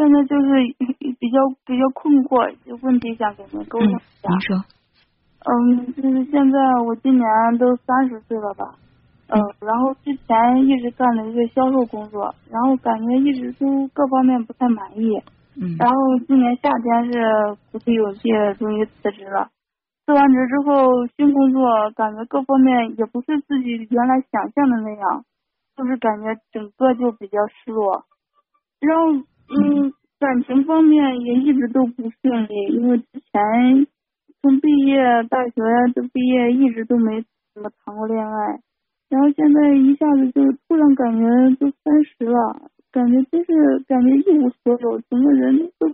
现在就是比较困惑，有问题想跟您沟通一下。 您说。 就是现在我今年都30岁了吧，然后之前一直干了一个销售工作，然后感觉一直都各方面不太满意，然后今年夏天是鼓起勇气终于辞职了。辞完职之后，新工作感觉各方面也不是自己原来想象的那样，就是感觉整个就比较失落。然后感情方面也一直都不顺利，因为之前从大学都毕业一直都没怎么谈过恋爱，然后现在一下子就突然感觉都30了，感觉一无所有，整个人都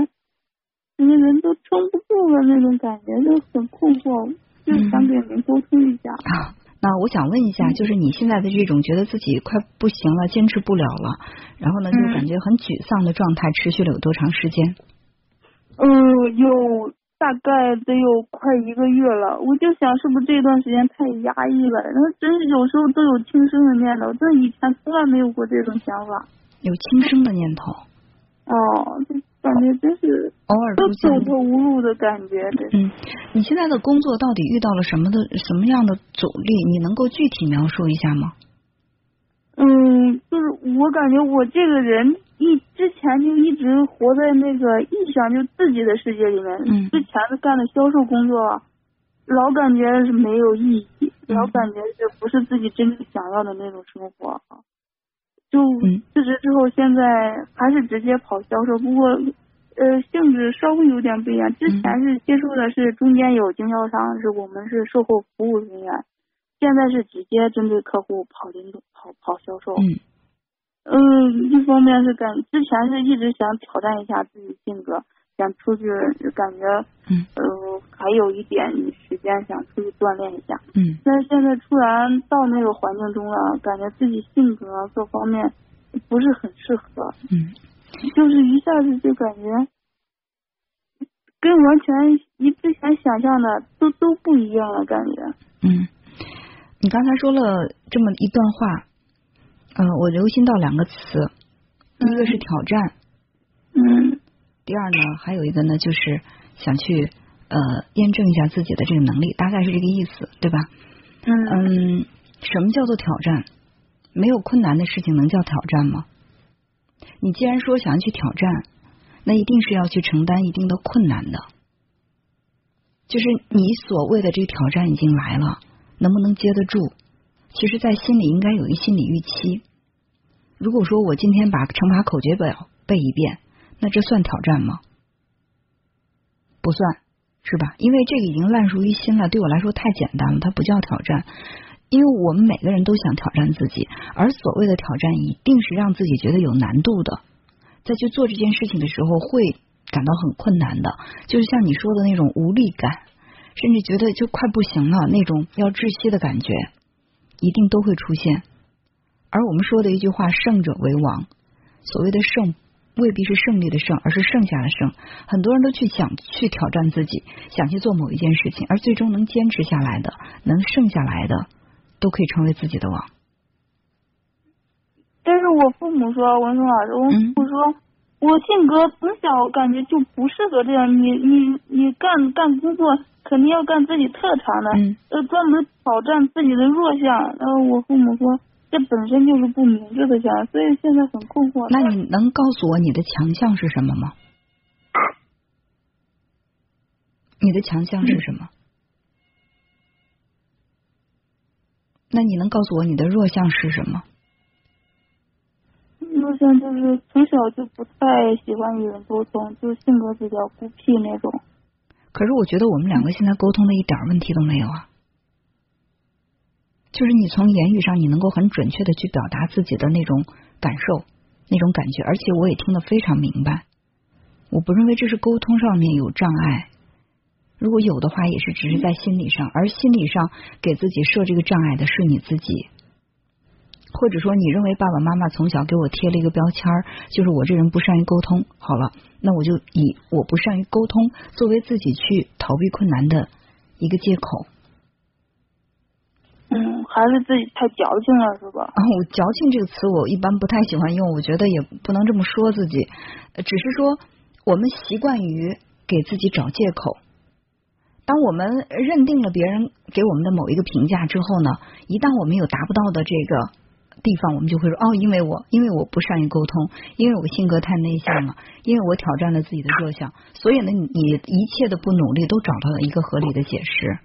撑不住了那种感觉，就很困惑，就想给您沟通一下。 那我想问一下，就是你现在的这种觉得自己快不行了，坚持不了了，然后呢就感觉很沮丧的状态持续了有多长时间？ 有大概得有快1个月了。我就想是不是这段时间太压抑了，然后真是有时候都有轻生的念头，但以前从来没有过这种想法。 有轻生的念头？ 就感觉真是偶尔都走投无路的感觉。 你现在的工作到底遇到了什么样的阻力？你能够具体描述一下吗？ 就是我感觉我这个人之前就一直活在那个臆想就自己的世界里面。之前是干的销售工作，老感觉是没有意义，老感觉是不是自己真正想要的那种生活。就辞职之后，现在还是直接跑销售，不过性质稍微有点不一样。之前是接触的是中间有经销商，是我们是售后服务人员，现在是直接针对客户跑销售。一方面是之前是一直想挑战一下自己性格，想出去感觉还有一点时间想出去锻炼一下。但是现在突然到那个环境中了，感觉自己性格各方面不是很适合。就是一下子就感觉跟完全之前想象的都不一样了，感觉。 你刚才说了这么一段话，我留心到2个词，一个是挑战，第二呢，还有一个呢，就是想去验证一下自己的这个能力，大概是这个意思，对吧？什么叫做挑战？没有困难的事情能叫挑战吗？你既然说想要去挑战，那一定是要去承担一定的困难的。就是你所谓的这个挑战已经来了，能不能接得住？其实在心里应该有一心理预期。如果说我今天把乘法口诀表背一遍，那这算挑战吗？不算，是吧？因为这个已经烂熟于心了，对我来说太简单了，它不叫挑战。因为我们每个人都想挑战自己，而所谓的挑战一定是让自己觉得有难度的，在去做这件事情的时候会感到很困难的，就是像你说的那种无力感，甚至觉得就快不行了那种要窒息的感觉，一定都会出现。而我们说的一句话，胜者为王，所谓的胜未必是胜利的胜，而是剩下的胜。很多人都想去挑战自己，想去做某一件事情，而最终能坚持下来的，能剩下来的，都可以成为自己的王。 但是我父母说，文松老师，我父母说我性格从小感觉就不适合这样，你干工作肯定要干自己特长的，专门挑战自己的弱项。然后我父母说这本身就是不明智的想法，所以现在很困惑。 那你能告诉我你的强项是什么吗？你的强项是什么？那你能告诉我你的弱项是什么？ 弱项就是从小就不太喜欢与人沟通，就性格比较孤僻那种。 可是我觉得我们两个现在沟通的一点问题都没有啊。就是你从言语上你能够很准确的去表达自己的那种感受，那种感觉，而且我也听得非常明白。我不认为这是沟通上面有障碍，如果有的话也是只是在心理上，而心理上给自己设这个障碍的是你自己。或者说你认为爸爸妈妈从小给我贴了一个标签，就是我这人不善于沟通，好了，那我就以我不善于沟通作为自己去逃避困难的一个借口。 还是自己太矫情了，是吧？ 矫情这个词我一般不太喜欢用，我觉得也不能这么说自己，只是说我们习惯于给自己找借口。当我们认定了别人给我们的某一个评价之后呢，一旦我们有达不到的这个地方，我们就会说因为我不善于沟通，因为我性格太内向了，因为我挑战了自己的弱项，所以呢，你一切的不努力都找到了一个合理的解释。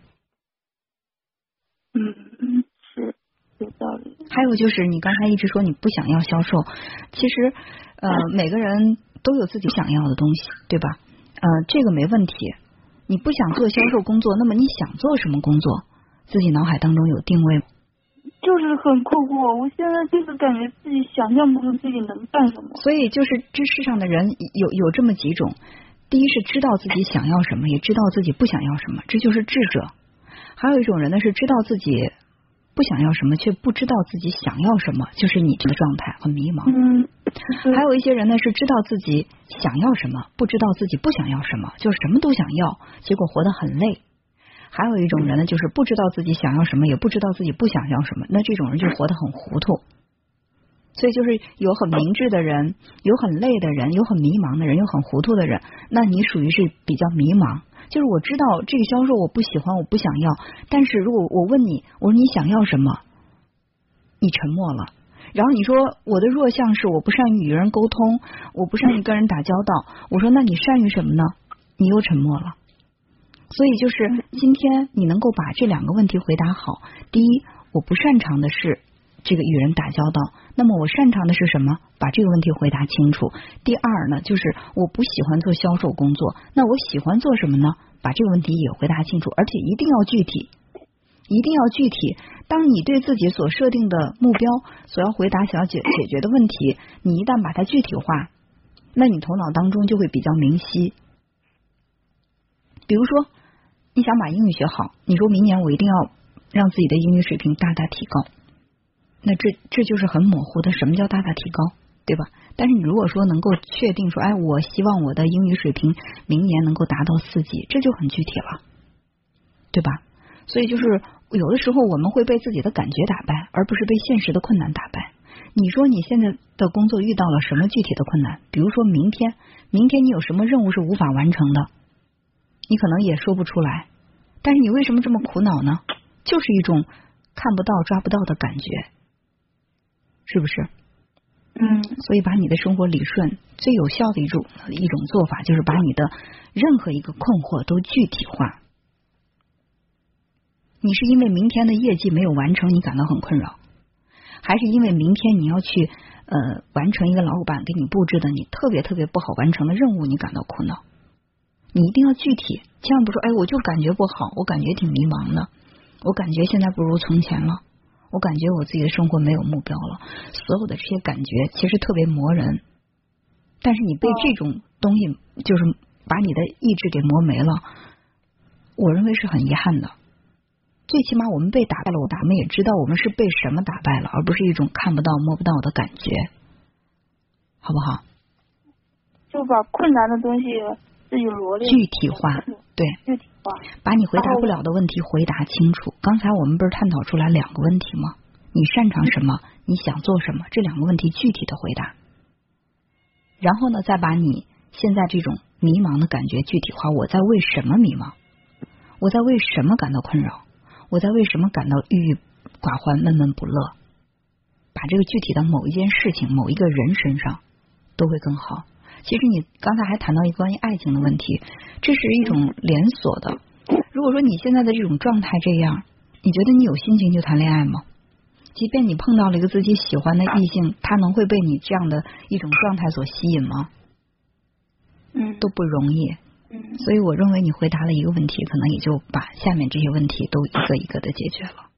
是有道理。 还有就是你刚才一直说你不想要销售，其实每个人都有自己想要的东西，对吧？这个没问题。你不想做销售工作，那么你想做什么工作？自己脑海当中有定位吗？ 就是很困惑，我现在就是感觉自己想象不出自己能干什么。 所以就是这世上的人有这么几种，第一是知道自己想要什么，也知道自己不想要什么，这就是智者。还有一种人呢是知道自己不想要什么，却不知道自己想要什么，就是你这个状态，很迷茫。还有一些人呢是知道自己想要什么，不知道自己不想要什么，就是什么都想要，结果活得很累。还有一种人呢，就是不知道自己想要什么，也不知道自己不想要什么，那这种人就活得很糊涂。所以就是有很明智的人，有很累的人，有很迷茫的人，有很糊涂的人，那你属于是比较迷茫。就是我知道这个销售我不喜欢，我不想要，但是如果我问你，我说你想要什么，你沉默了。然后你说我的弱项是我不善于与人沟通，我不善于跟人打交道，我说那你善于什么呢？你又沉默了。所以就是今天你能够把这两个问题回答好，第一，我不擅长的是这个与人打交道，那么我擅长的是什么？把这个问题回答清楚。第二呢，就是我不喜欢做销售工作，那我喜欢做什么呢？把这个问题也回答清楚，而且一定要具体，一定要具体。当你对自己所设定的目标，所要回答、想要解决的问题，你一旦把它具体化，那你头脑当中就会比较明晰。比如说你想把英语学好，你说明年我一定要让自己的英语水平大大提高，那这就是很模糊的，什么叫大大提高，对吧？但是你如果说能够确定说，我希望我的英语水平明年能够达到4级，这就很具体了，对吧？所以就是有的时候我们会被自己的感觉打败，而不是被现实的困难打败。你说你现在的工作遇到了什么具体的困难？比如说明天你有什么任务是无法完成的，你可能也说不出来，但是你为什么这么苦恼呢？就是一种看不到抓不到的感觉，是不是？所以把你的生活理顺，最有效的一种做法就是把你的任何一个困惑都具体化。你是因为明天的业绩没有完成你感到很困扰，还是因为明天你要去完成一个老板给你布置的你特别特别不好完成的任务你感到苦恼？你一定要具体，千万不说我就感觉不好，我感觉挺迷茫的，我感觉现在不如从前了，我感觉我自己的生活没有目标了，所有的这些感觉其实特别磨人，但是你被这种东西就是把你的意志给磨没了，我认为是很遗憾的。最起码我们被打败了，我们也知道我们是被什么打败了，而不是一种看不到摸不到的感觉，好不好？ 就把困难的东西自己罗列具体化，对， 具体化， 把你回答不了的问题回答清楚。刚才我们不是探讨出来2个问题吗？你擅长什么？你想做什么？这2个问题具体的回答，然后呢，再把你现在这种迷茫的感觉具体化。我在为什么迷茫？我在为什么感到困扰？我在为什么感到郁郁寡欢、闷闷不乐？把这个具体到某一件事情、某一个人身上，都会更好。其实你刚才还谈到一个关于爱情的问题，这是一种连锁的。如果说你现在的这种状态这样，你觉得你有心情去谈恋爱吗？即便你碰到了一个自己喜欢的异性，他能会被你这样的一种状态所吸引吗？都不容易。所以我认为你回答了一个问题，可能也就把下面这些问题都一个一个的解决了。